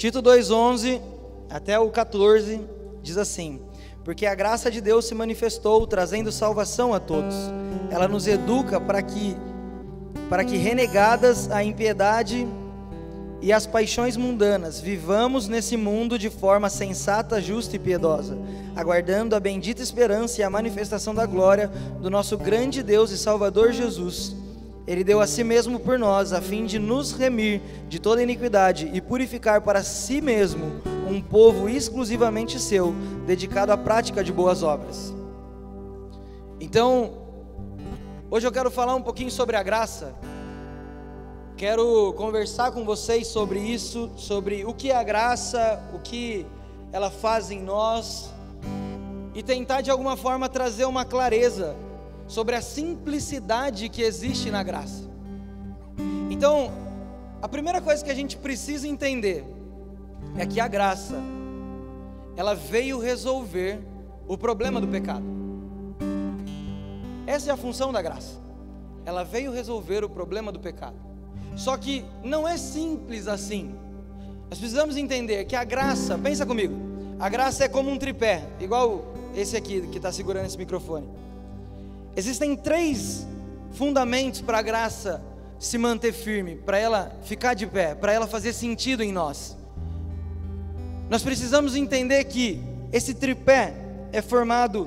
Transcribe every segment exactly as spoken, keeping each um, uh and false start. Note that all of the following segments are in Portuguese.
Tito dois, onze até o quatorze diz assim: porque a graça de Deus se manifestou, trazendo salvação a todos. Ela nos educa para que, para que renegadas a impiedade e as paixões mundanas, vivamos nesse mundo de forma sensata, justa e piedosa, aguardando a bendita esperança e a manifestação da glória do nosso grande Deus e Salvador Jesus. Ele deu a si mesmo por nós, a fim de nos remir de toda iniquidade e purificar para si mesmo um povo exclusivamente seu, dedicado à prática de boas obras. Então, hoje eu quero falar um pouquinho sobre a graça. Quero conversar com vocês sobre isso, sobre o que é a graça, o que ela faz em nós, e tentar de alguma forma trazer uma clareza sobre a simplicidade que existe na graça. Então, a primeira coisa que a gente precisa entender é que a graça, ela veio resolver o problema do pecado. Essa é a função da graça. Ela veio resolver o problema do pecado. Só que não é simples assim. Nós precisamos entender que a graça, pensa comigo, a graça é como um tripé, igual esse aqui que está segurando esse microfone. Existem três fundamentos para a graça se manter firme, para ela ficar de pé, para ela fazer sentido em nós. Nós precisamos entender que esse tripé é formado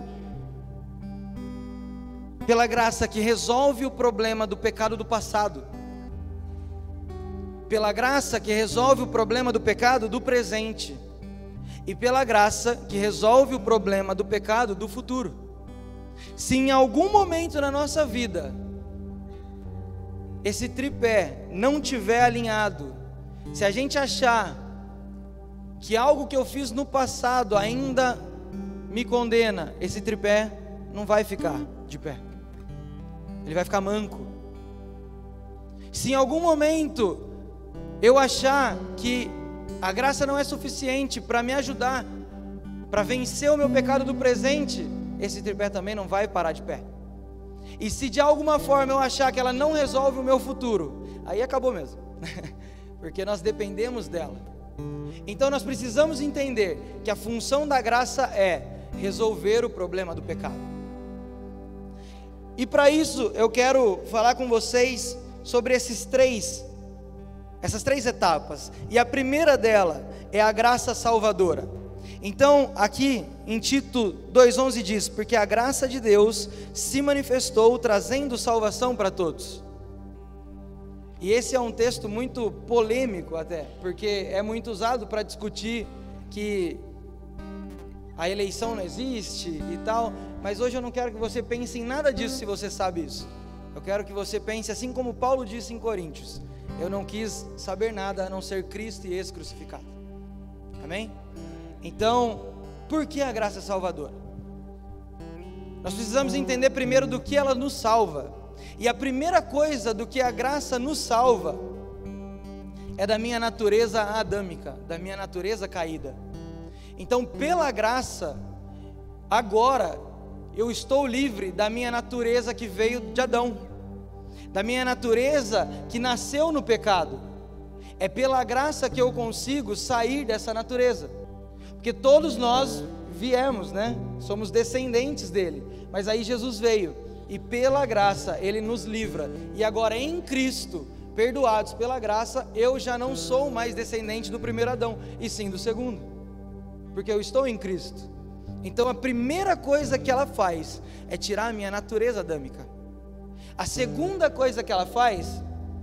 pela graça que resolve o problema do pecado do passado, pela graça que resolve o problema do pecado do presente, e pela graça que resolve o problema do pecado do futuro. Se em algum momento na nossa vida esse tripé não tiver alinhado, se a gente achar que algo que eu fiz no passado ainda me condena, esse tripé não vai ficar de pé, ele vai ficar manco. Se em algum momento eu achar que a graça não é suficiente para me ajudar, para vencer o meu pecado do presente, esse tripé também não vai parar de pé. E se de alguma forma eu achar que ela não resolve o meu futuro, aí acabou mesmo, porque nós dependemos dela. Então nós precisamos entender que a função da graça é resolver o problema do pecado. E para isso eu quero falar com vocês sobre esses três Essas três etapas, e a primeira dela é a graça salvadora. Então aqui em Tito dois, onze diz: porque a graça de Deus se manifestou, trazendo salvação para todos. E esse é um texto muito polêmico até, porque é muito usado para discutir que a eleição não existe e tal, mas hoje eu não quero que você pense em nada disso se você sabe isso. Eu quero que você pense assim como Paulo disse em Coríntios: eu não quis saber nada a não ser Cristo e esse crucificado. Amém? Então, por que a graça salvadora? Nós precisamos entender primeiro do que ela nos salva. E a primeira coisa do que a graça nos salva é da minha natureza adâmica, da minha natureza caída. Então, pela graça, agora eu estou livre da minha natureza que veio de Adão, da minha natureza que nasceu no pecado. É pela graça que eu consigo sair dessa natureza, porque todos nós viemos, né? Somos descendentes dele, mas aí Jesus veio, e pela graça ele nos livra, e agora em Cristo, perdoados pela graça, eu já não sou mais descendente do primeiro Adão, e sim do segundo, porque eu estou em Cristo. Então a primeira coisa que ela faz é tirar a minha natureza adâmica. A segunda coisa que ela faz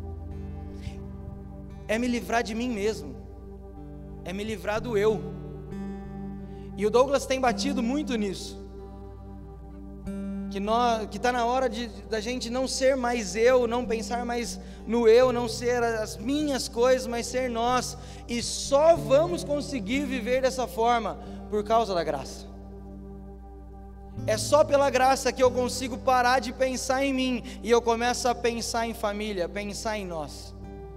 é me livrar de mim mesmo, é me livrar do eu. E o Douglas tem batido muito nisso, que nós, que está na hora de, da gente não ser mais eu, não pensar mais no eu, não ser as minhas coisas, mas ser nós. E só vamos conseguir viver dessa forma por causa da graça. É só pela graça que eu consigo parar de pensar em mim e eu começo a pensar em família, pensar em nós.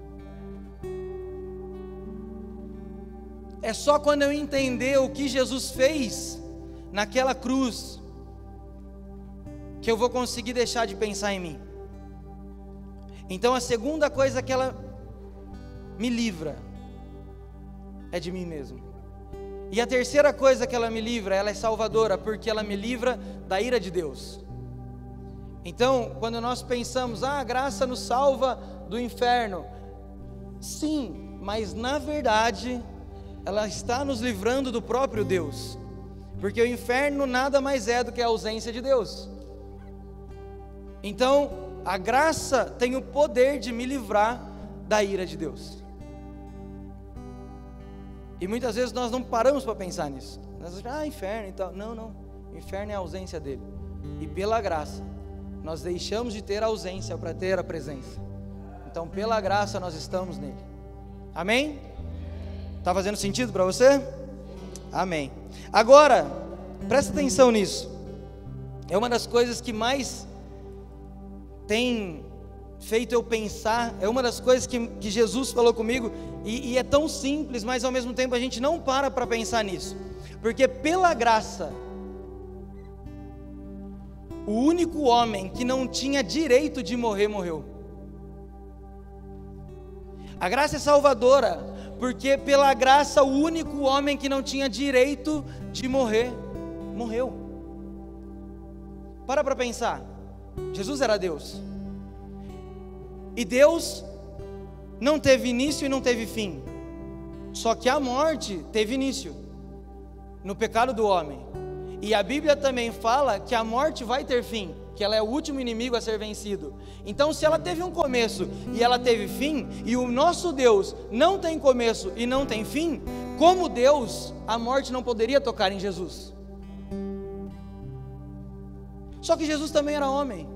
É só quando eu entender o que Jesus fez naquela cruz que eu vou conseguir deixar de pensar em mim. Então a segunda coisa que ela me livra é de mim mesmo. E a terceira coisa que ela me livra, ela é salvadora, porque ela me livra da ira de Deus. Então, quando nós pensamos, ah, a graça nos salva do inferno, sim, mas na verdade, ela está nos livrando do próprio Deus, porque o inferno nada mais é do que a ausência de Deus. Então, a graça tem o poder de me livrar da ira de Deus. E muitas vezes nós não paramos para pensar nisso. Nós achamos, ah, inferno e tal. Não, não, o inferno é a ausência dele. E pela graça, nós deixamos de ter a ausência para ter a presença. Então, pela graça, nós estamos nele. Amém? Está fazendo sentido para você? Amém. Agora, presta atenção nisso. É uma das coisas que mais tem feito eu pensar, é uma das coisas que, que Jesus falou comigo, e, e é tão simples, mas ao mesmo tempo a gente não para para pensar nisso. Porque pela graça, o único homem que não tinha direito de morrer, morreu. A graça é salvadora, porque pela graça o único homem que não tinha direito de morrer, morreu. Para para pensar, Jesus era Deus, e Deus não teve início e não teve fim, só que a morte teve início, no pecado do homem, e a Bíblia também fala que a morte vai ter fim, que ela é o último inimigo a ser vencido. Então, se ela teve um começo e ela teve fim, e o nosso Deus não tem começo e não tem fim, como Deus, a morte não poderia tocar em Jesus. Só que Jesus também era homem.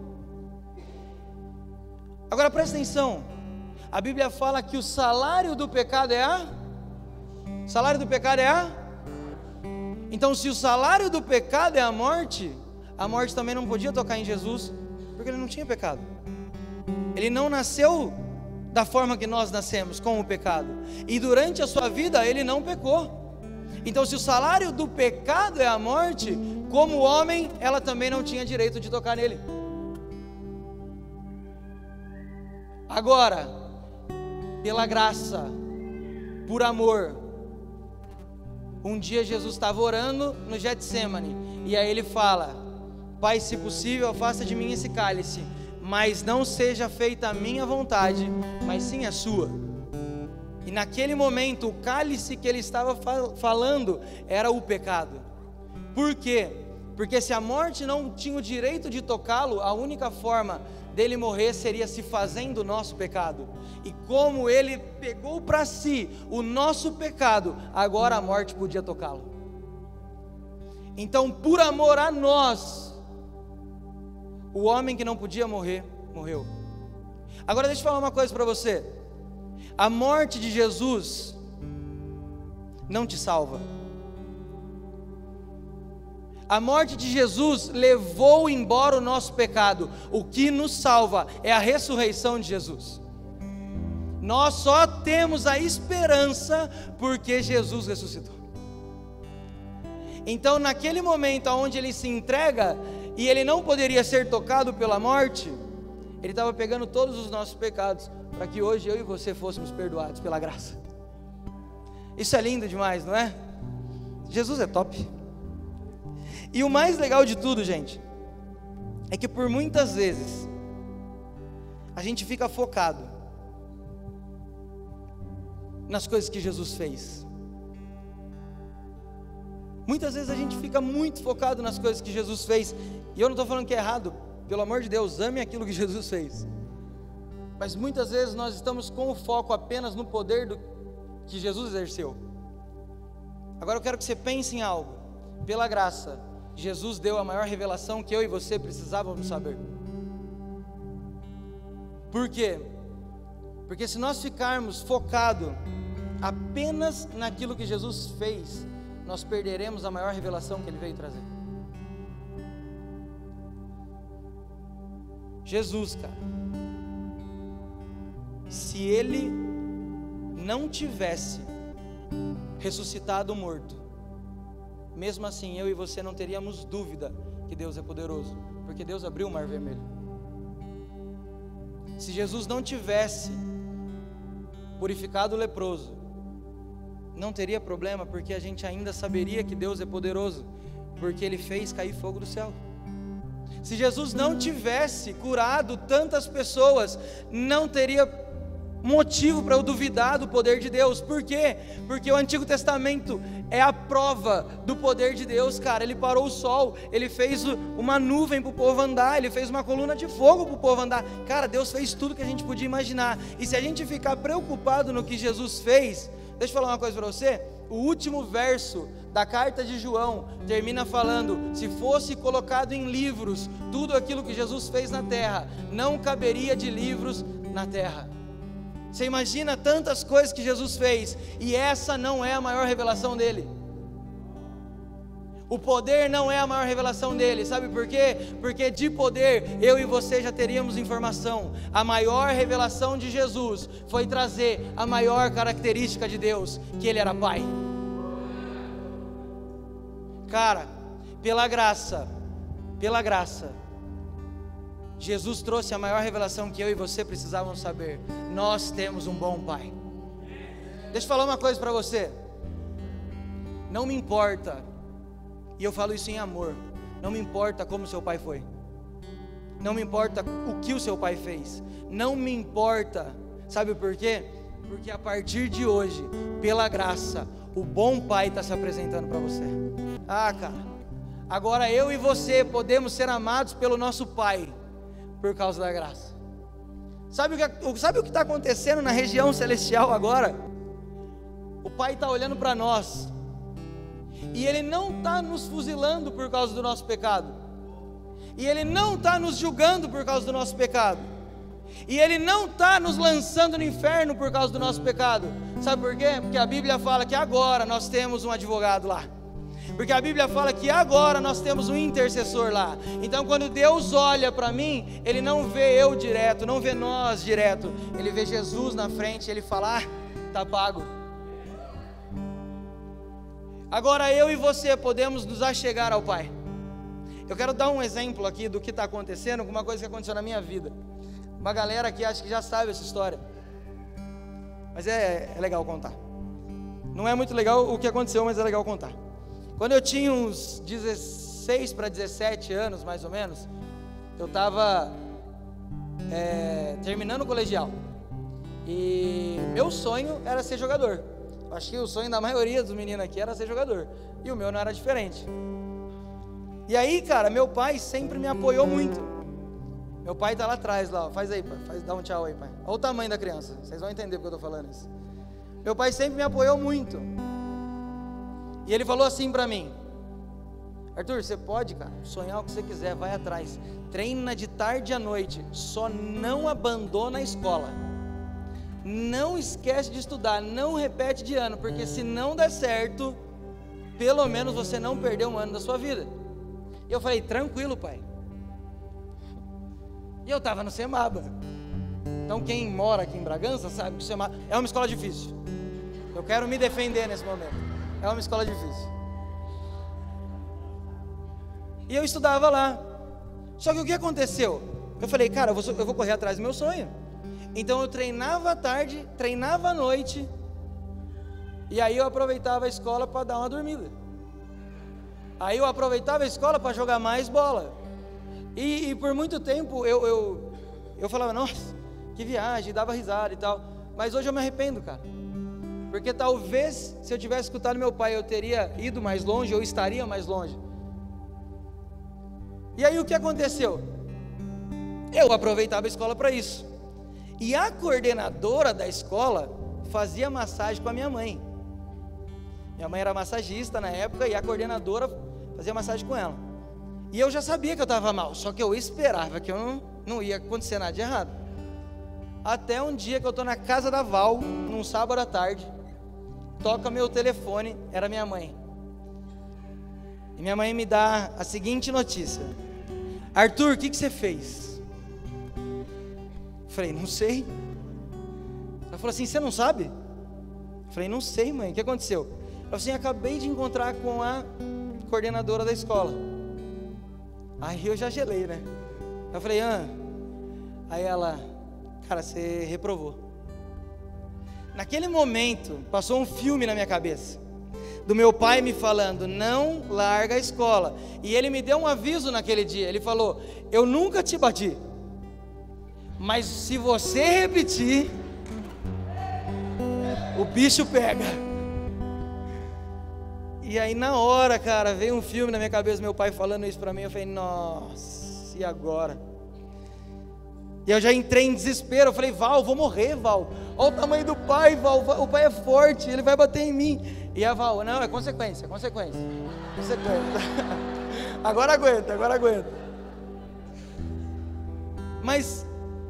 Agora presta atenção, a Bíblia fala que o salário do pecado é a... O salário do pecado é a... Então, se o salário do pecado é a morte, a morte também não podia tocar em Jesus, porque ele não tinha pecado. Ele não nasceu da forma que nós nascemos, com o pecado, e durante a sua vida ele não pecou. Então, se o salário do pecado é a morte, como homem, ela também não tinha direito de tocar nele. Agora, pela graça, por amor, um dia Jesus estava orando no Getsêmani, e aí ele fala: Pai, se possível, afasta de mim esse cálice, mas não seja feita a minha vontade, mas sim a sua. E naquele momento, o cálice que ele estava fal- falando era o pecado. Por quê? Porque se a morte não tinha o direito de tocá-lo, a única forma dele morrer seria se fazendo o nosso pecado. E como ele pegou para si o nosso pecado, agora a morte podia tocá-lo. Então, por amor a nós, o homem que não podia morrer, morreu. Agora deixa eu falar uma coisa para você. A morte de Jesus não te salva. A morte de Jesus levou embora o nosso pecado. O que nos salva é a ressurreição de Jesus. Nós só temos a esperança porque Jesus ressuscitou. Então, naquele momento onde ele se entrega e ele não poderia ser tocado pela morte, ele estava pegando todos os nossos pecados para que hoje eu e você fôssemos perdoados pela graça. Isso é lindo demais, não é? Jesus é top. E o mais legal de tudo, gente, é que por muitas vezes a gente fica focado nas coisas que Jesus fez. Muitas vezes a gente fica muito focado nas coisas que Jesus fez, e eu não estou falando que é errado, pelo amor de Deus, ame aquilo que Jesus fez. Mas muitas vezes nós estamos com o foco apenas no poder do que Jesus exerceu. Agora eu quero que você pense em algo. Pela graça, Jesus deu a maior revelação que eu e você precisávamos saber. Por quê? Porque se nós ficarmos focados apenas naquilo que Jesus fez, nós perderemos a maior revelação que Ele veio trazer. Jesus, cara, se Ele não tivesse ressuscitado o morto, mesmo assim eu e você não teríamos dúvida que Deus é poderoso, porque Deus abriu o mar vermelho. Se Jesus não tivesse purificado o leproso, não teria problema, porque a gente ainda saberia que Deus é poderoso, porque Ele fez cair fogo do céu. Se Jesus não tivesse curado tantas pessoas, não teria motivo para eu duvidar do poder de Deus. Por quê? Porque o Antigo Testamento é a prova do poder de Deus, cara. Ele parou o sol, Ele fez uma nuvem para o povo andar, Ele fez uma coluna de fogo para o povo andar. Cara, Deus fez tudo que a gente podia imaginar. E se a gente ficar preocupado no que Jesus fez, deixa eu falar uma coisa para você. O último verso da carta de João termina falando: se fosse colocado em livros tudo aquilo que Jesus fez na terra, não caberia de livros na terra. Você imagina tantas coisas que Jesus fez, e essa não é a maior revelação dele. O poder não é a maior revelação dele, sabe por quê? Porque de poder eu e você já teríamos informação. A maior revelação de Jesus foi trazer a maior característica de Deus, que Ele era Pai. Cara, pela graça, pela graça, Jesus trouxe a maior revelação que eu e você precisávamos saber. Nós temos um bom Pai. Deixa eu falar uma coisa para você. Não me importa, e eu falo isso em amor, não me importa como seu pai foi, não me importa o que o seu pai fez, não me importa, sabe por quê? Porque a partir de hoje, pela graça, o bom Pai está se apresentando para você. Ah, cara, agora eu e você podemos ser amados pelo nosso Pai, por causa da graça. Sabe o que sabe o que está acontecendo na região celestial agora? O Pai está olhando para nós, e Ele não está nos fuzilando por causa do nosso pecado, e Ele não está nos julgando por causa do nosso pecado, e Ele não está nos lançando no inferno por causa do nosso pecado. Sabe por quê? Porque a Bíblia fala que agora nós temos um advogado lá. Porque a Bíblia fala que agora nós temos um intercessor lá. Então quando Deus olha para mim, Ele não vê eu direto, não vê nós direto, Ele vê Jesus na frente, Ele fala: ah, está pago. Agora eu e você podemos nos achegar ao Pai. Eu quero dar um exemplo aqui do que está acontecendo, com uma coisa que aconteceu na minha vida. Uma galera aqui acho que já sabe essa história, mas é, é legal contar. Não é muito legal o que aconteceu, mas é legal contar. Quando eu tinha uns dezesseis para dezessete anos, mais ou menos, eu estava é, terminando o colegial, e meu sonho era ser jogador. Acho que o sonho da maioria dos meninos aqui era ser jogador, e o meu não era diferente. E aí, cara, meu pai sempre me apoiou muito. Meu pai está lá atrás, lá, ó. Faz aí, pai, faz, dá um tchau aí, pai. Olha o tamanho da criança, vocês vão entender porque eu estou falando isso. Meu pai sempre me apoiou muito, e ele falou assim para mim: Arthur, você pode, cara, sonhar o que você quiser, vai atrás, treina de tarde à noite, só não abandona a escola, não esquece de estudar, não repete de ano, porque se não der certo, pelo menos você não perdeu um ano da sua vida. E eu falei: tranquilo, pai. E eu estava no Semaba. Então quem mora aqui em Bragança sabe que o Semaba é uma escola difícil. Eu quero me defender nesse momento. É uma escola difícil. E eu estudava lá. Só que o que aconteceu? Eu falei: cara, eu vou, eu vou correr atrás do meu sonho. Então eu treinava à tarde, treinava à noite, e aí eu aproveitava a escola para dar uma dormida. Aí eu aproveitava a escola para jogar mais bola. E, e por muito tempo eu, eu, eu falava: nossa, que viagem, dava risada e tal. Mas hoje eu me arrependo, cara. Porque talvez se eu tivesse escutado meu pai, eu teria ido mais longe, eu estaria mais longe. E aí o que aconteceu? Eu aproveitava a escola para isso. E a coordenadora da escola fazia massagem com a minha mãe. Minha mãe era massagista na época, e a coordenadora fazia massagem com ela. E eu já sabia que eu estava mal, só que eu esperava que eu não, não ia acontecer nada de errado. Até um dia que eu estou na casa da Val, num sábado à tarde, toca meu telefone, era minha mãe. E minha mãe me dá a seguinte notícia: Arthur, o que, que você fez? Eu falei: não sei. Ela falou assim: você não sabe? Eu falei: não sei, mãe, o que aconteceu? Ela falou assim: acabei de encontrar com a coordenadora da escola. Aí eu já gelei, né? Eu falei: ah. Aí ela: cara, você reprovou. naquele momento, passou um filme na minha cabeça, do meu pai me falando, não larga a escola, e ele me deu um aviso naquele dia, ele falou, eu nunca te bati, mas se você repetir, o bicho pega. E aí na hora, cara, veio um filme na minha cabeça, meu pai falando isso pra mim, eu falei, nossa, e agora? E eu já entrei em desespero, eu falei, Val, vou morrer, Val, olha o tamanho do pai, Val, o pai é forte, ele vai bater em mim. E a Val, não, é consequência, é consequência, consequência. Agora aguenta, agora aguenta. Mas...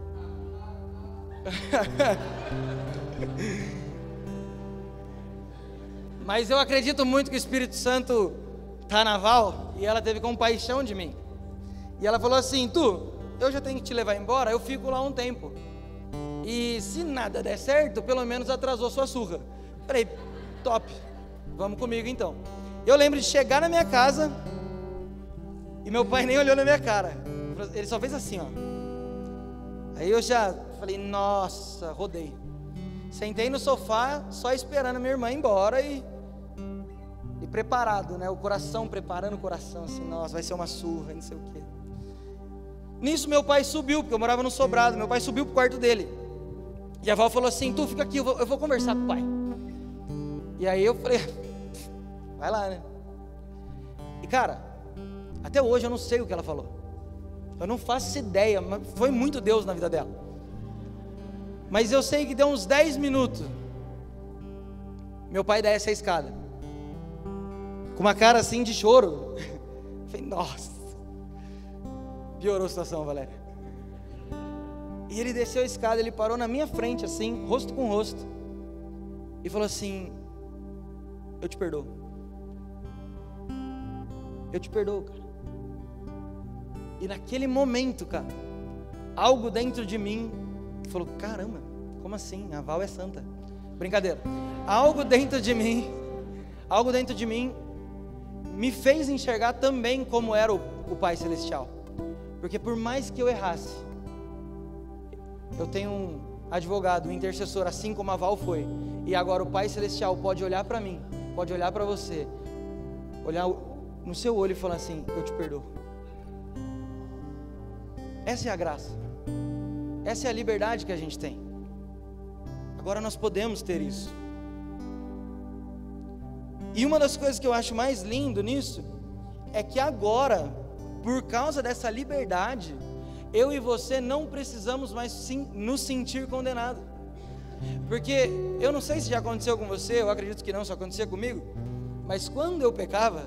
Mas eu acredito muito que o Espírito Santo está na Val, e ela teve compaixão de mim. E ela falou assim, tu, eu já tenho que te levar embora, eu fico lá um tempo. E se nada der certo, pelo menos atrasou sua surra. Falei, top, vamos comigo então. Eu lembro de chegar na minha casa, e meu pai nem olhou na minha cara. Ele só fez assim, ó. Aí eu já falei, nossa, rodei. Sentei no sofá, só esperando minha irmã ir embora e... E preparado, né? O coração, preparando o coração, assim, nossa, vai ser uma surra, não sei o quê. Nisso meu pai subiu, porque eu morava no sobrado, meu pai subiu pro quarto dele. E a Val falou assim, tu fica aqui, eu vou, eu vou conversar com o pai. E aí eu falei, vai lá, né? E cara, até hoje eu não sei o que ela falou. Eu não faço ideia, mas foi muito Deus na vida dela. Mas eu sei que deu uns dez minutos, meu pai desce a escada, com uma cara assim de choro. Eu falei, nossa, piorou a situação, Valéria. E ele desceu a escada, ele parou na minha frente assim, rosto com rosto, e falou assim, eu te perdoo. Eu te perdoo, cara. E naquele momento, cara, algo dentro de mim falou, caramba, como assim? A Val é santa. Brincadeira. Algo dentro de mim, algo dentro de mim me fez enxergar também como era o, o Pai Celestial. Porque por mais que eu errasse, eu tenho um advogado, um intercessor, assim como a Val foi. E agora o Pai Celestial pode olhar para mim, pode olhar para você, olhar no seu olho e falar assim, eu te perdoo. Essa é a graça. Essa é a liberdade que a gente tem. Agora nós podemos ter isso. E uma das coisas que eu acho mais lindo nisso é que agora, por causa dessa liberdade, eu e você não precisamos mais sim, nos sentir condenados. Porque eu não sei se já aconteceu com você, eu acredito que não, só acontecia comigo, mas quando eu pecava,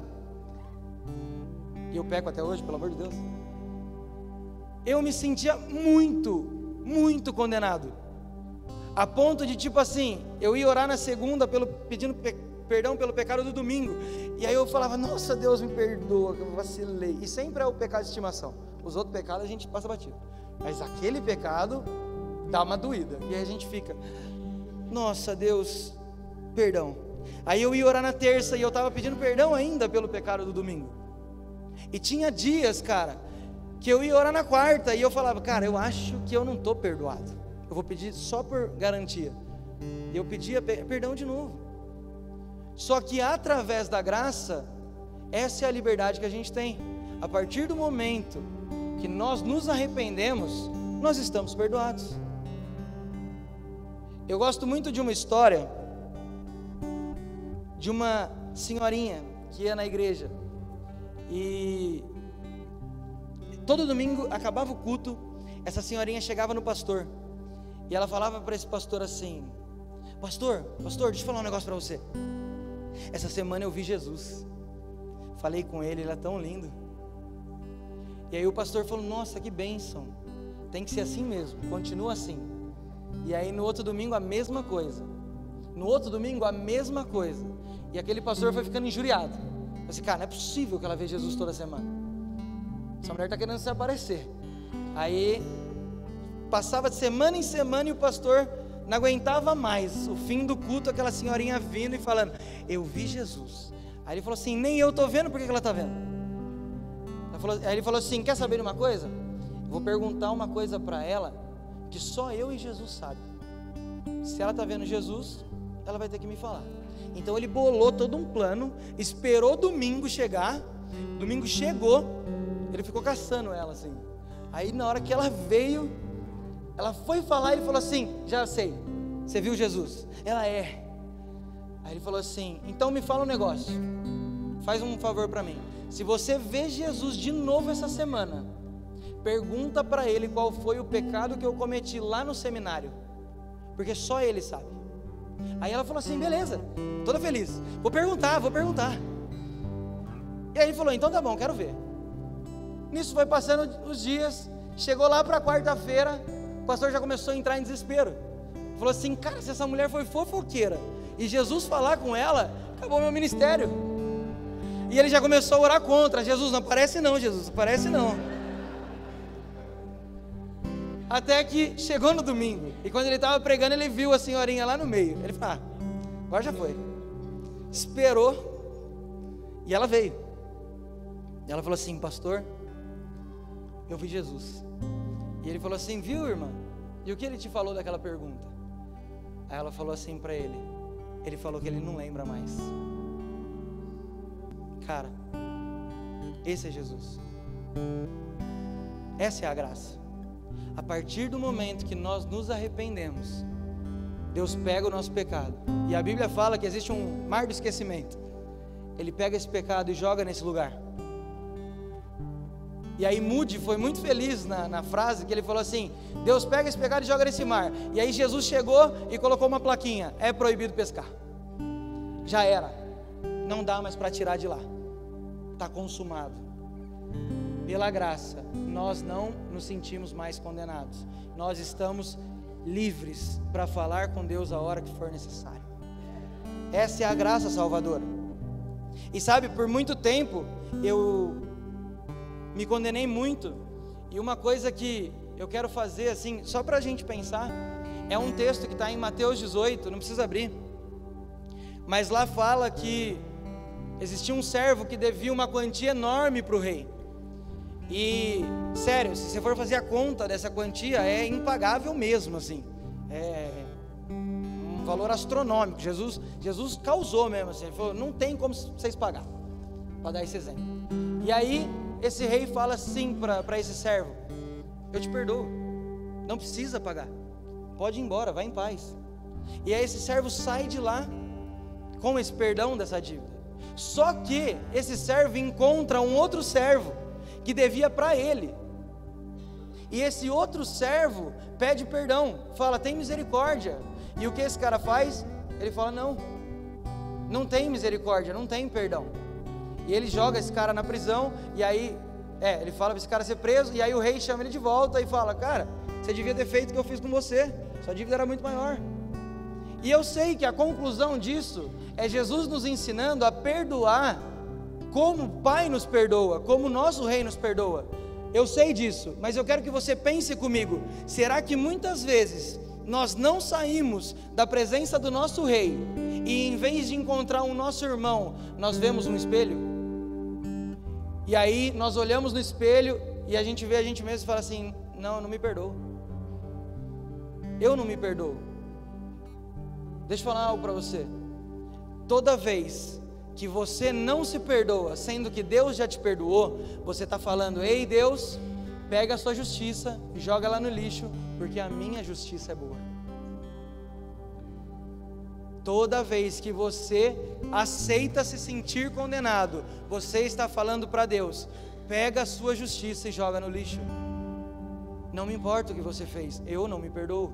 e eu peco até hoje, pelo amor de Deus, eu me sentia muito, muito condenado, a ponto de tipo assim, eu ia orar na segunda pelo, pedindo pe, perdão pelo pecado do domingo, e aí eu falava, nossa Deus me perdoa, que eu vacilei, e sempre é o pecado de estimação, os outros pecados a gente passa batido, mas aquele pecado dá uma doída, e aí a gente fica, nossa Deus, perdão. Aí eu ia orar na terça e eu estava pedindo perdão ainda pelo pecado do domingo, e tinha dias, cara, que eu ia orar na quarta e eu falava, cara, eu acho que eu não estou perdoado, eu vou pedir só por garantia, e eu pedia perdão de novo. Só que através da graça, essa é a liberdade que a gente tem. A partir do momento que nós nos arrependemos, nós estamos perdoados. Eu gosto muito de uma história de uma senhorinha que ia na igreja, e todo domingo acabava o culto, essa senhorinha chegava no pastor, e ela falava para esse pastor assim, pastor, pastor, deixa eu falar um negócio para você, essa semana eu vi Jesus, falei com ele, ele é tão lindo. E aí o pastor falou, nossa, que bênção, tem que ser assim mesmo, continua assim. E aí no outro domingo a mesma coisa, no outro domingo a mesma coisa, e aquele pastor foi ficando injuriado. Eu disse, cara, não é possível que ela veja Jesus toda semana, essa mulher está querendo se aparecer. Aí passava de semana em semana e o pastor não aguentava mais, o fim do culto, aquela senhorinha vindo e falando, eu vi Jesus. Aí ele falou assim, nem eu estou vendo, por que ela está vendo? Ela falou, aí ele falou assim, quer saber de uma coisa? Eu vou perguntar uma coisa para ela, que só eu e Jesus sabem. se ela está vendo Jesus, ela vai ter que me falar. Então ele bolou todo um plano, esperou domingo chegar, domingo chegou, ele ficou caçando ela assim. Aí na hora que ela veio, ela foi falar, ele falou assim, já sei, você viu Jesus? Ela é. Aí ele falou assim, então me fala um negócio, faz um favor para mim, se você vê Jesus de novo essa semana, pergunta para ele qual foi o pecado que eu cometi lá no seminário, porque só ele sabe. Aí ela falou assim, beleza, toda feliz, vou perguntar, vou perguntar. E aí ele falou, então tá bom, quero ver. Nisso foi passando os dias, chegou lá para quarta-feira, o pastor já começou a entrar em desespero. Falou assim, cara, se essa mulher foi fofoqueira e Jesus falar com ela, acabou meu ministério. E ele já começou a orar contra, Jesus, não aparece não, Jesus, não aparece não. Até que chegou no domingo, e quando ele estava pregando, ele viu a senhorinha lá no meio. Ele falou, ah, agora já foi. Esperou, e ela veio. E ela falou assim, pastor, eu vi Jesus. E ele falou assim, viu, irmã? E o que ele te falou daquela pergunta? Aí ela falou assim para ele, ele falou que ele não lembra mais. Cara, esse é Jesus. Essa é a graça. A partir do momento que nós nos arrependemos, Deus pega o nosso pecado, e a Bíblia fala que existe um mar do esquecimento. Ele pega esse pecado e joga nesse lugar. E aí Moody foi muito feliz na, na frase que ele falou assim, Deus pega esse pecado e joga nesse mar. E aí Jesus chegou e colocou uma plaquinha, é proibido pescar. Já era, não dá mais para tirar de lá, está consumado. Pela graça, nós não nos sentimos mais condenados. Nós estamos livres para falar com Deus a hora que for necessário. Essa é a graça salvadora. E sabe, por muito tempo, eu me condenei muito. E uma coisa que eu quero fazer, assim, só para a gente pensar, é um texto que está em Mateus dezoito, não precisa abrir. Mas lá fala que existia um servo que devia uma quantia enorme para o rei. E, sério, se você for fazer a conta dessa quantia, é impagável mesmo, assim, é um valor astronômico. Jesus, Jesus causou mesmo, assim, ele falou, não tem como vocês pagar, para dar esse exemplo. E aí, esse rei fala assim para esse servo, eu te perdoo, não precisa pagar, pode ir embora, vai em paz. E aí esse servo sai de lá, com esse perdão dessa dívida. Só que, esse servo encontra um outro servo, que devia para ele, e esse outro servo pede perdão, fala, tem misericórdia, e o que esse cara faz? Ele fala, não, não tem misericórdia, não tem perdão, e ele joga esse cara na prisão, e aí, é, ele fala para esse cara ser preso, e aí o rei chama ele de volta, e fala, cara, você devia ter feito o que eu fiz com você, sua dívida era muito maior. E eu sei que a conclusão disso, é Jesus nos ensinando a perdoar, como o Pai nos perdoa, como o nosso Rei nos perdoa. Eu sei disso, mas eu quero que você pense comigo, será que muitas vezes nós não saímos da presença do nosso Rei, e em vez de encontrar um nosso irmão, nós vemos um espelho? E aí nós olhamos no espelho, e a gente vê a gente mesmo e fala assim, não, eu não me perdoo, eu não me perdoo. Deixa eu falar algo para você, toda vez que você não se perdoa, sendo que Deus já te perdoou, você está falando, ei Deus, pega a sua justiça e joga ela no lixo, porque a minha justiça é boa. Toda vez que você aceita se sentir condenado, você está falando para Deus, pega a sua justiça e joga no lixo. Não me importa o que você fez, eu não me perdoo.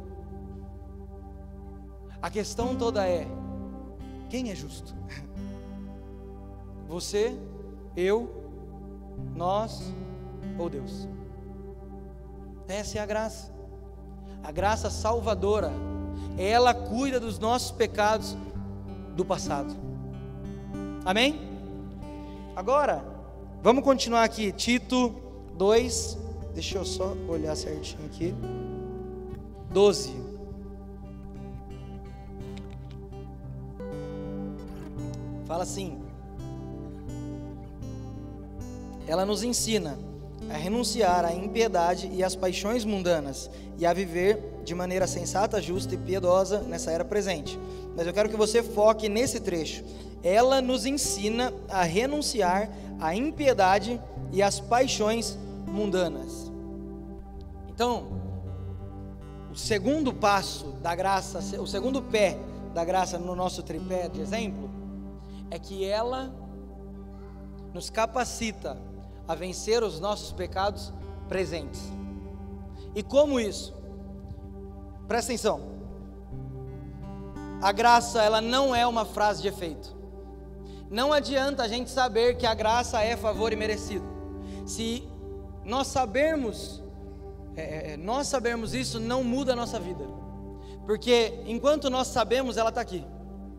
A questão toda é, quem é justo? Você, eu, nós ou Deus? Essa é a graça. A graça salvadora, ela cuida dos nossos pecados do passado. Amém? Agora, vamos continuar aqui, Tito dois, deixa eu só olhar certinho aqui, doze. Fala assim, ela nos ensina a renunciar à impiedade e às paixões mundanas, e a viver de maneira sensata, justa e piedosa nessa era presente. Mas eu quero que você foque nesse trecho. Ela nos ensina a renunciar à impiedade e às paixões mundanas. Então, o segundo passo da graça, o segundo pé da graça no nosso tripé de exemplo, é que ela nos capacita a vencer os nossos pecados presentes. E como isso? Presta atenção. A graça, ela não é uma frase de efeito. Não adianta a gente saber que a graça é favor imerecido. Se nós sabermos, é, nós sabermos isso, não muda a nossa vida. Porque enquanto nós sabemos, ela está aqui.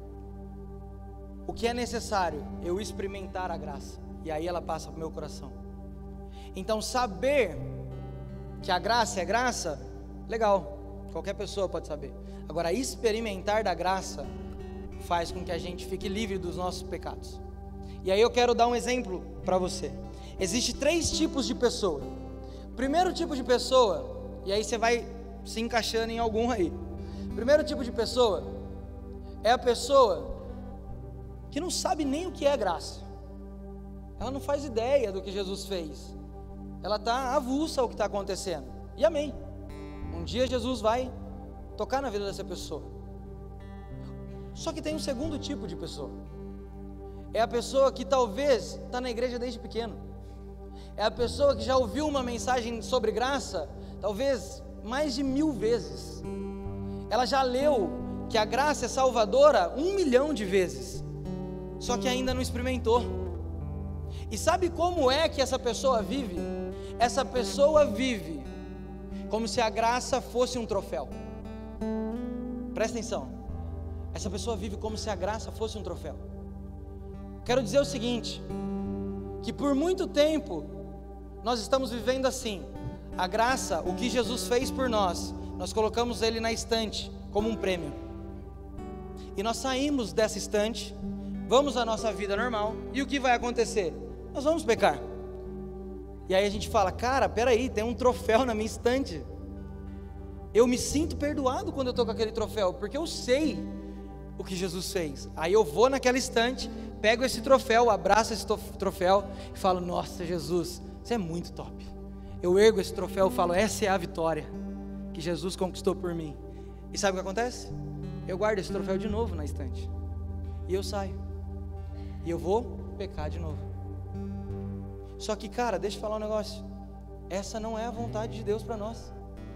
O que é necessário? Eu experimentar a graça. E aí ela passa para o meu coração. Então saber que a graça é graça, legal, qualquer pessoa pode saber. Agora experimentar da graça faz com que a gente fique livre dos nossos pecados. E aí eu quero dar um exemplo para você. Existem três tipos de pessoa. Primeiro tipo de pessoa, e aí você vai se encaixando em algum aí. Primeiro tipo de pessoa é a pessoa que não sabe nem o que é graça. Ela não faz ideia do que Jesus fez. Ela está avulsa ao que está acontecendo. E amém. Um dia Jesus vai tocar na vida dessa pessoa. Só que tem um segundo tipo de pessoa. É a pessoa que talvez está na igreja desde pequeno. É a pessoa que já ouviu uma mensagem sobre graça, talvez mais de mil vezes. Ela já leu que a graça é salvadora um milhão de vezes. Só que ainda não experimentou. E sabe como é que essa pessoa vive? Essa pessoa vive como se a graça fosse um troféu. Presta atenção. Essa pessoa vive como se a graça fosse um troféu. Quero dizer o seguinte, que por muito tempo nós estamos vivendo assim. A graça, o que Jesus fez por nós, nós colocamos ele na estante como um prêmio. E nós saímos dessa estante, vamos à nossa vida normal, e o que vai acontecer? Nós vamos pecar. E aí a gente fala, cara, peraí, tem um troféu na minha estante. Eu me sinto perdoado quando eu estou com aquele troféu, porque eu sei o que Jesus fez. Aí eu vou naquela estante, pego esse troféu, abraço esse troféu e falo, nossa Jesus, você é muito top. Eu ergo esse troféu e falo, essa é a vitória que Jesus conquistou por mim. E sabe o que acontece? Eu guardo esse troféu de novo na estante. E eu saio. E eu vou pecar de novo. Só que, cara, deixa eu falar um negócio. Essa não é a vontade de Deus para nós.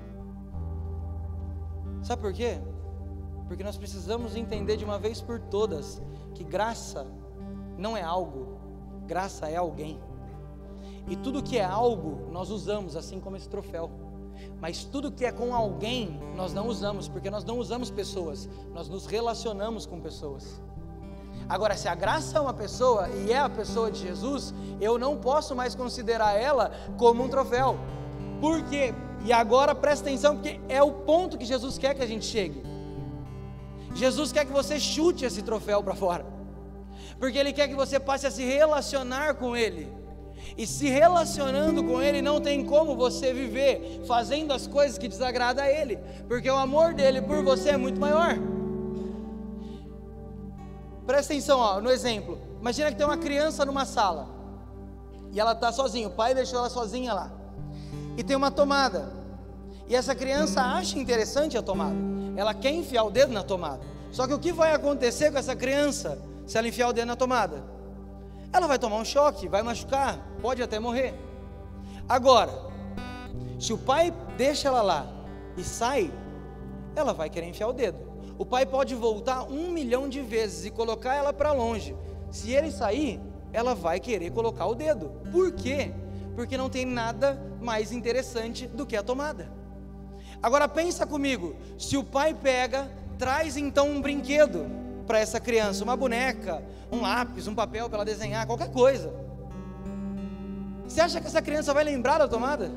Sabe por quê? Porque nós precisamos entender de uma vez por todas que graça não é algo, graça é alguém. E tudo que é algo, nós usamos, assim como esse troféu. Mas tudo que é com alguém, nós não usamos, porque nós não usamos pessoas, nós nos relacionamos com pessoas. Agora, se a graça é uma pessoa, e é a pessoa de Jesus, eu não posso mais considerar ela como um troféu. Por quê? E agora presta atenção, porque é o ponto que Jesus quer que a gente chegue. Jesus quer que você chute esse troféu para fora, porque Ele quer que você passe a se relacionar com Ele. E se relacionando com Ele, não tem como você viver fazendo as coisas que desagradam a Ele, porque o amor dEle por você é muito maior. Presta atenção, ó, no exemplo. Imagina que tem uma criança numa sala e ela está sozinha, o pai deixou ela sozinha lá, e tem uma tomada, e essa criança acha interessante a tomada, ela quer enfiar o dedo na tomada. Só que o que vai acontecer com essa criança se ela enfiar o dedo na tomada? Ela vai tomar um choque, vai machucar, pode até morrer. Agora, se o pai deixa ela lá e sai, ela vai querer enfiar o dedo. O pai pode voltar um milhão de vezes e colocar ela para longe. Se ele sair, ela vai querer colocar o dedo. Por quê? Porque não tem nada mais interessante do que a tomada. Agora pensa comigo, se o pai pega, traz então um brinquedo para essa criança, uma boneca, um lápis, um papel para ela desenhar, qualquer coisa. Você acha que essa criança vai lembrar da tomada?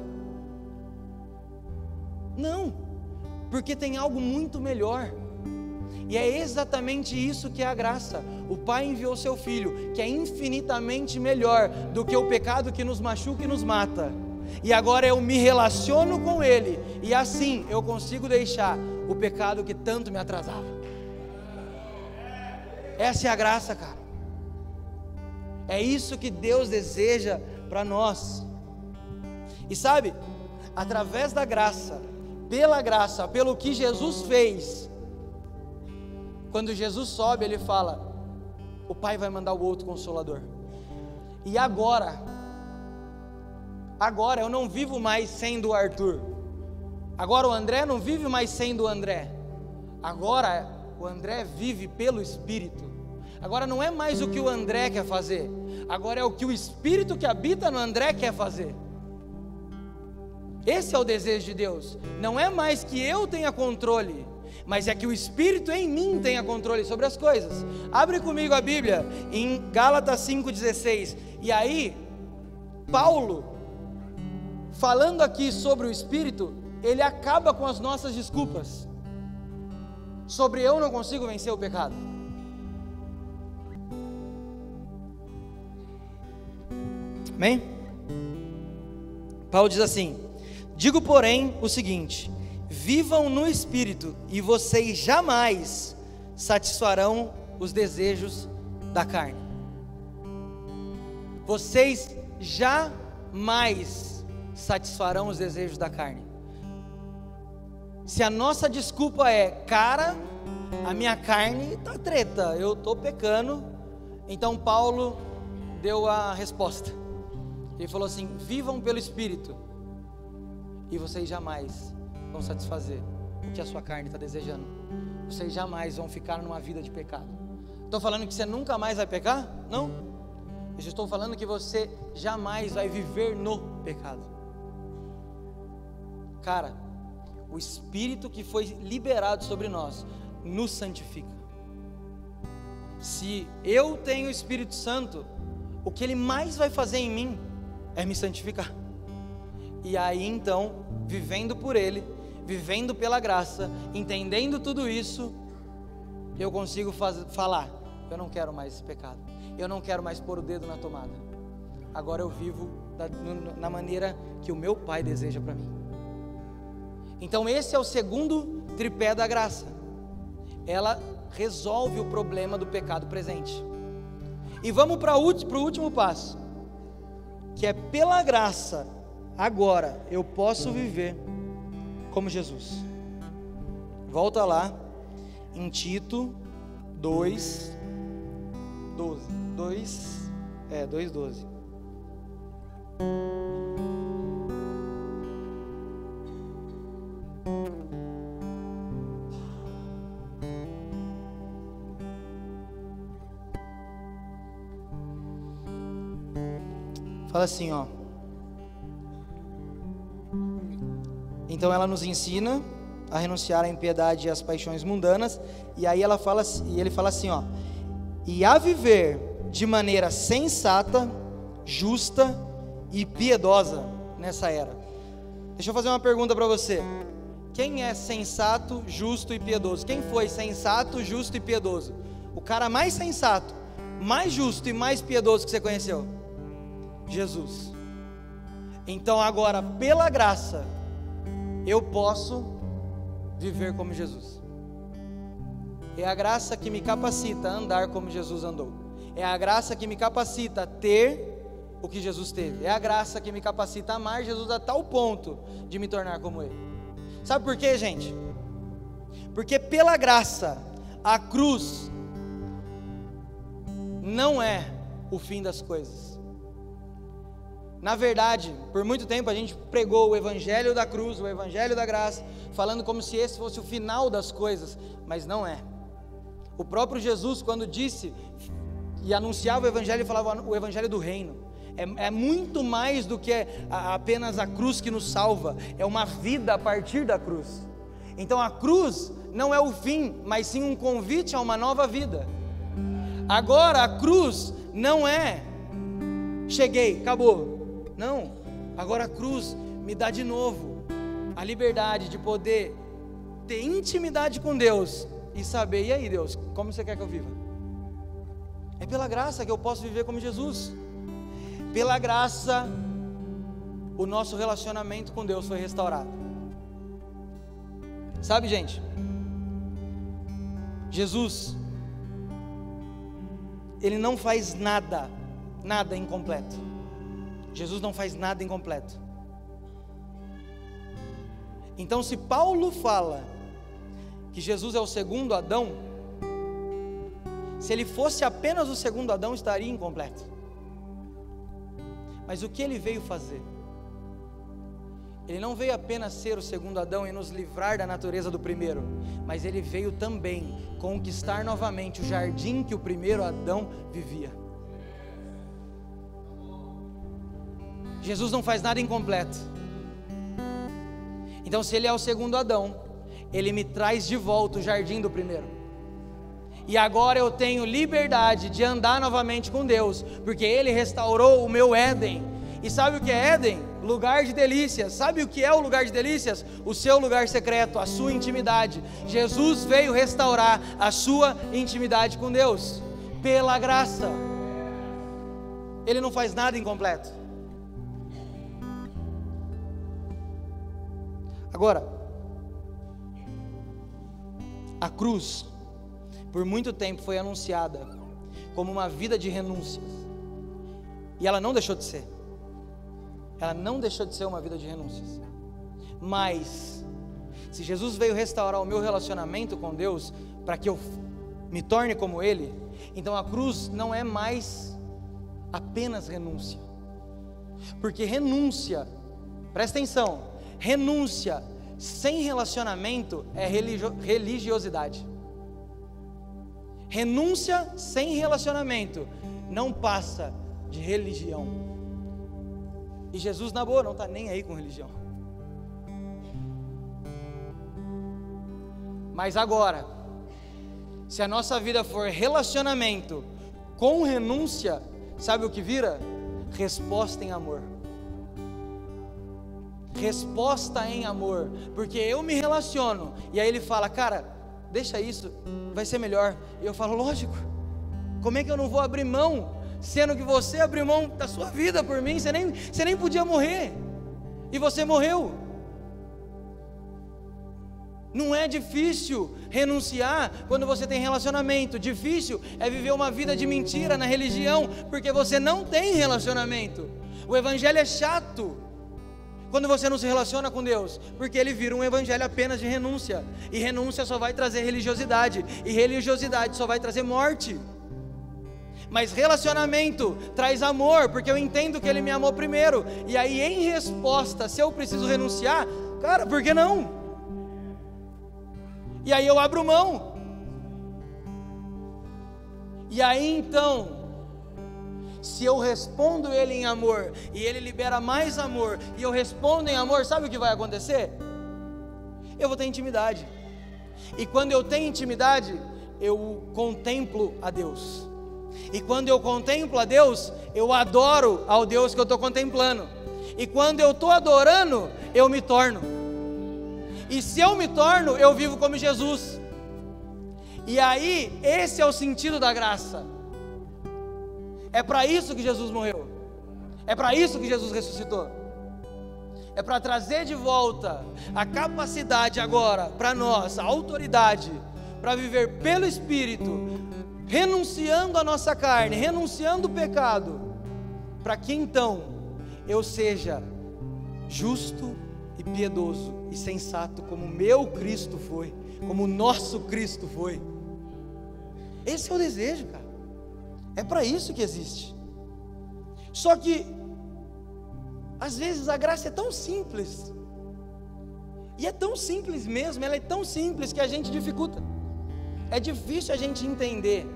Não, porque tem algo muito melhor. E é exatamente isso que é a graça. O Pai enviou seu Filho, que é infinitamente melhor do que o pecado que nos machuca e nos mata, e agora eu me relaciono com Ele, e assim eu consigo deixar o pecado que tanto me atrasava. Essa é a graça, cara. É isso que Deus deseja para nós. E sabe, através da graça, pela graça, pelo que Jesus fez, quando Jesus sobe, Ele fala: o Pai vai mandar o outro Consolador. E agora, agora eu não vivo mais sendo o Arthur, agora o André não vive mais sendo o André, agora o André vive pelo Espírito. Agora não é mais o que o André quer fazer, agora é o que o Espírito que habita no André quer fazer. Esse é o desejo de Deus. Não é mais que eu tenha controle, mas é que o Espírito em mim tenha controle sobre as coisas. Abre comigo a Bíblia em Gálatas cinco dezesseis. E aí, Paulo, falando aqui sobre o Espírito, ele acaba com as nossas desculpas sobre eu não consigo vencer o pecado. Amém? Paulo diz assim: digo, porém, o seguinte: vivam no Espírito, e vocês jamais satisfarão os desejos da carne. Vocês jamais satisfarão os desejos da carne. Se a nossa desculpa é: cara, a minha carne está treta, eu estou pecando, então Paulo deu a resposta. Ele falou assim: vivam pelo Espírito, e vocês jamais vão satisfazer o que a sua carne está desejando. Vocês jamais vão ficar numa vida de pecado. Estou falando que você nunca mais vai pecar? Não. Eu estou falando que você jamais vai viver no pecado. Cara, o Espírito que foi liberado sobre nós nos santifica. Se eu tenho o Espírito Santo, o que Ele mais vai fazer em mim é me santificar. E aí então, vivendo por Ele, vivendo pela graça, entendendo tudo isso, eu consigo faz, falar: eu não quero mais esse pecado, eu não quero mais pôr o dedo na tomada, agora eu vivo da, na maneira que o meu Pai deseja para mim. Então esse é o segundo tripé da graça. Ela resolve o problema do pecado presente. E vamos para o último passo, que é: pela graça, agora eu posso viver como Jesus. Volta lá em Tito dois, doze. dois, é, dois, doze. Fala assim, ó: então ela nos ensina a renunciar à impiedade e às paixões mundanas. E aí ela fala, e ele fala assim, ó: e a viver de maneira sensata, justa e piedosa nessa era. Deixa eu fazer uma pergunta para você: quem é sensato, justo e piedoso? Quem foi sensato, justo e piedoso? O cara mais sensato, mais justo e mais piedoso que você conheceu? Jesus. Então agora, pela graça, eu posso viver como Jesus. É a graça que me capacita a andar como Jesus andou. É a graça que me capacita a ter o que Jesus teve. É a graça que me capacita a amar Jesus a tal ponto de me tornar como Ele. Sabe por quê, gente? Porque pela graça, a cruz não é o fim das coisas. Na verdade, por muito tempo a gente pregou o evangelho da cruz, o evangelho da graça, falando como se esse fosse o final das coisas, mas não é. O próprio Jesus, quando disse e anunciava o evangelho, ele falava o evangelho do reino. É, é muito mais do que a, apenas a cruz que nos salva, é uma vida a partir da cruz. Então a cruz não é o fim, mas sim um convite a uma nova vida. Agora a cruz não é cheguei, acabou. Não, agora a cruz me dá de novo a liberdade de poder ter intimidade com Deus e saber: e aí, Deus, como você quer que eu viva? É pela graça que eu posso viver como Jesus. Pela graça o nosso relacionamento com Deus foi restaurado. Sabe, gente, Jesus, Ele não faz nada, nada incompleto. Jesus não faz nada incompleto. Então, se Paulo fala que Jesus é o segundo Adão, se ele fosse apenas o segundo Adão, estaria incompleto. Mas o que ele veio fazer? Ele não veio apenas ser o segundo Adão e nos livrar da natureza do primeiro, mas ele veio também conquistar novamente o jardim que o primeiro Adão vivia. Jesus não faz nada incompleto. Então, se ele é o segundo Adão, ele me traz de volta o jardim do primeiro. E agora eu tenho liberdade de andar novamente com Deus, porque Ele restaurou o meu Éden. E sabe o que é Éden? Lugar de delícias. Sabe o que é o lugar de delícias? O seu lugar secreto, a sua intimidade. Jesus veio restaurar a sua intimidade com Deus, pela graça. Ele não faz nada incompleto. Agora, a cruz, por muito tempo foi anunciada como uma vida de renúncias, e ela não deixou de ser, ela não deixou de ser uma vida de renúncias, mas, se Jesus veio restaurar o meu relacionamento com Deus, para que eu me torne como Ele, então a cruz não é mais apenas renúncia, porque renúncia, presta atenção, renúncia sem relacionamento é religio- religiosidade. Renúncia sem relacionamento não passa de religião. E Jesus, na boa, não está nem aí com religião. Mas agora, se a nossa vida for relacionamento com renúncia, sabe o que vira? Resposta em amor. Resposta em amor, porque eu me relaciono, e aí ele fala, cara, deixa isso, vai ser melhor. E eu falo, lógico, como é que eu não vou abrir mão, sendo que você abriu mão da sua vida por mim, você nem, você nem podia morrer, e você morreu. Não é difícil renunciar quando você tem relacionamento, difícil é viver uma vida de mentira na religião, porque você não tem relacionamento. O evangelho é chato quando você não se relaciona com Deus, porque ele vira um evangelho apenas de renúncia, e renúncia só vai trazer religiosidade, e religiosidade só vai trazer morte. Mas relacionamento traz amor, porque eu entendo que Ele me amou primeiro, e aí em resposta, se eu preciso renunciar, cara, por que não? E aí eu abro mão, e aí então, se eu respondo Ele em amor, e Ele libera mais amor, e eu respondo em amor, sabe o que vai acontecer? Eu vou ter intimidade, e quando eu tenho intimidade, eu contemplo a Deus, e quando eu contemplo a Deus, eu adoro ao Deus que eu estou contemplando, e quando eu estou adorando, eu me torno, e se eu me torno, eu vivo como Jesus, e aí, esse é o sentido da graça. É para isso que Jesus morreu, é para isso que Jesus ressuscitou, é para trazer de volta a capacidade agora para nós, a autoridade, para viver pelo Espírito, renunciando a nossa carne, renunciando o pecado, para que então eu seja justo e piedoso e sensato, como meu Cristo foi, como o nosso Cristo foi. Esse é o desejo, cara. É para isso que existe. Só que às vezes a graça é tão simples, e é tão simples mesmo, ela é tão simples que a gente dificulta. É difícil a gente entender.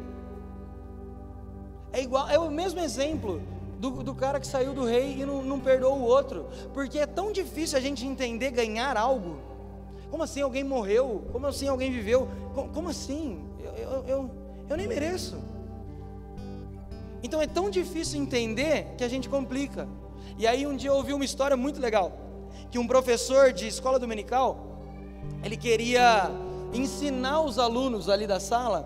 É igual, é o mesmo exemplo do, do cara que saiu do rei e não, não perdoou o outro, porque é tão difícil a gente entender ganhar algo. Como assim alguém morreu? Como assim alguém viveu? Como, como assim? Eu, eu, eu, eu nem mereço. Então é tão difícil entender que a gente complica. E aí um dia eu ouvi uma história muito legal, que um professor de escola dominical, ele queria ensinar os alunos ali da sala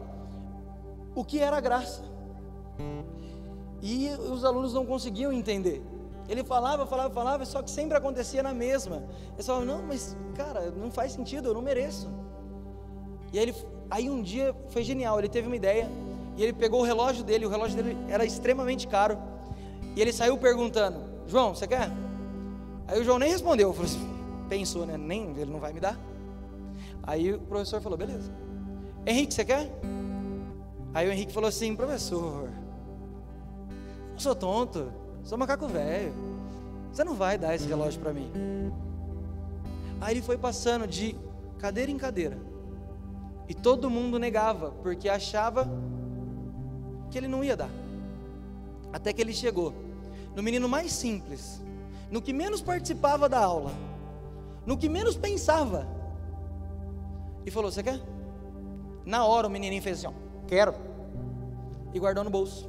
o que era graça, e os alunos não conseguiam entender. Ele falava, falava, falava, só que sempre acontecia na mesma. Ele falava, não, mas cara, não faz sentido, eu não mereço. E aí, ele, aí um dia foi genial, ele teve uma ideia, e ele pegou o relógio dele, o relógio dele era extremamente caro, e ele saiu perguntando, João, você quer? Aí o João nem respondeu, falou assim, pensou, né, nem, ele não vai me dar. Aí o professor falou, beleza. Henrique, você quer? Aí o Henrique falou assim, professor, eu sou tonto, sou macaco velho, você não vai dar esse relógio para mim. Aí ele foi passando de cadeira em cadeira, e todo mundo negava, porque achava que ele não ia dar. Até que ele chegou no menino mais simples, no que menos participava da aula, no que menos pensava, e falou, você quer? Na hora o menininho fez assim, ó, quero, e guardou no bolso.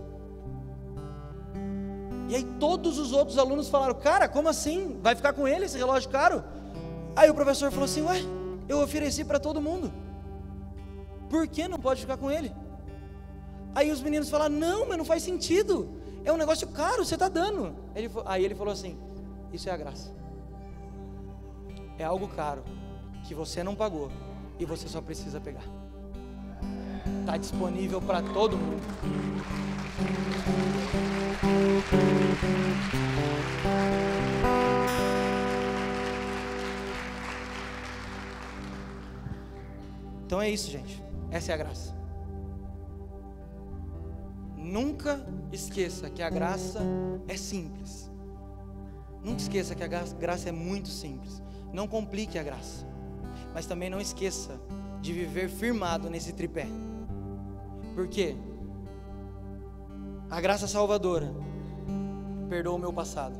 E aí todos os outros alunos falaram, cara, como assim? Vai ficar com ele esse relógio caro? Aí o professor falou assim, ué, eu ofereci para todo mundo, por que não pode ficar com ele? Aí os meninos falaram, não, mas não faz sentido, é um negócio caro, você está dando. Ele, aí ele falou assim, isso é a graça, é algo caro, que você não pagou, e você só precisa pegar, está disponível para todo mundo. Então é isso, gente, essa é a graça. Nunca esqueça que a graça é simples. Nunca esqueça que a graça é muito simples. Não complique a graça, mas também não esqueça de viver firmado nesse tripé. Por quê? A graça salvadora perdoa o meu passado.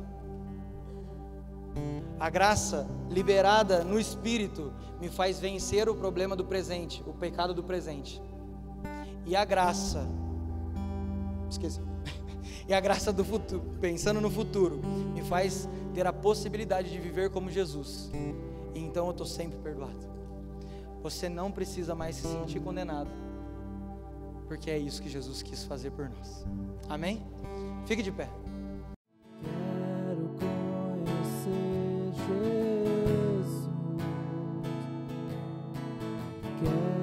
A graça liberada no Espírito me faz vencer o problema do presente, o pecado do presente. E a graça, esqueci. E a graça do futuro, pensando no futuro, me faz ter a possibilidade de viver como Jesus. E então eu estou sempre perdoado. Você não precisa mais se sentir condenado, porque é isso que Jesus quis fazer por nós. Amém? Fique de pé. Quero conhecer Jesus. Quero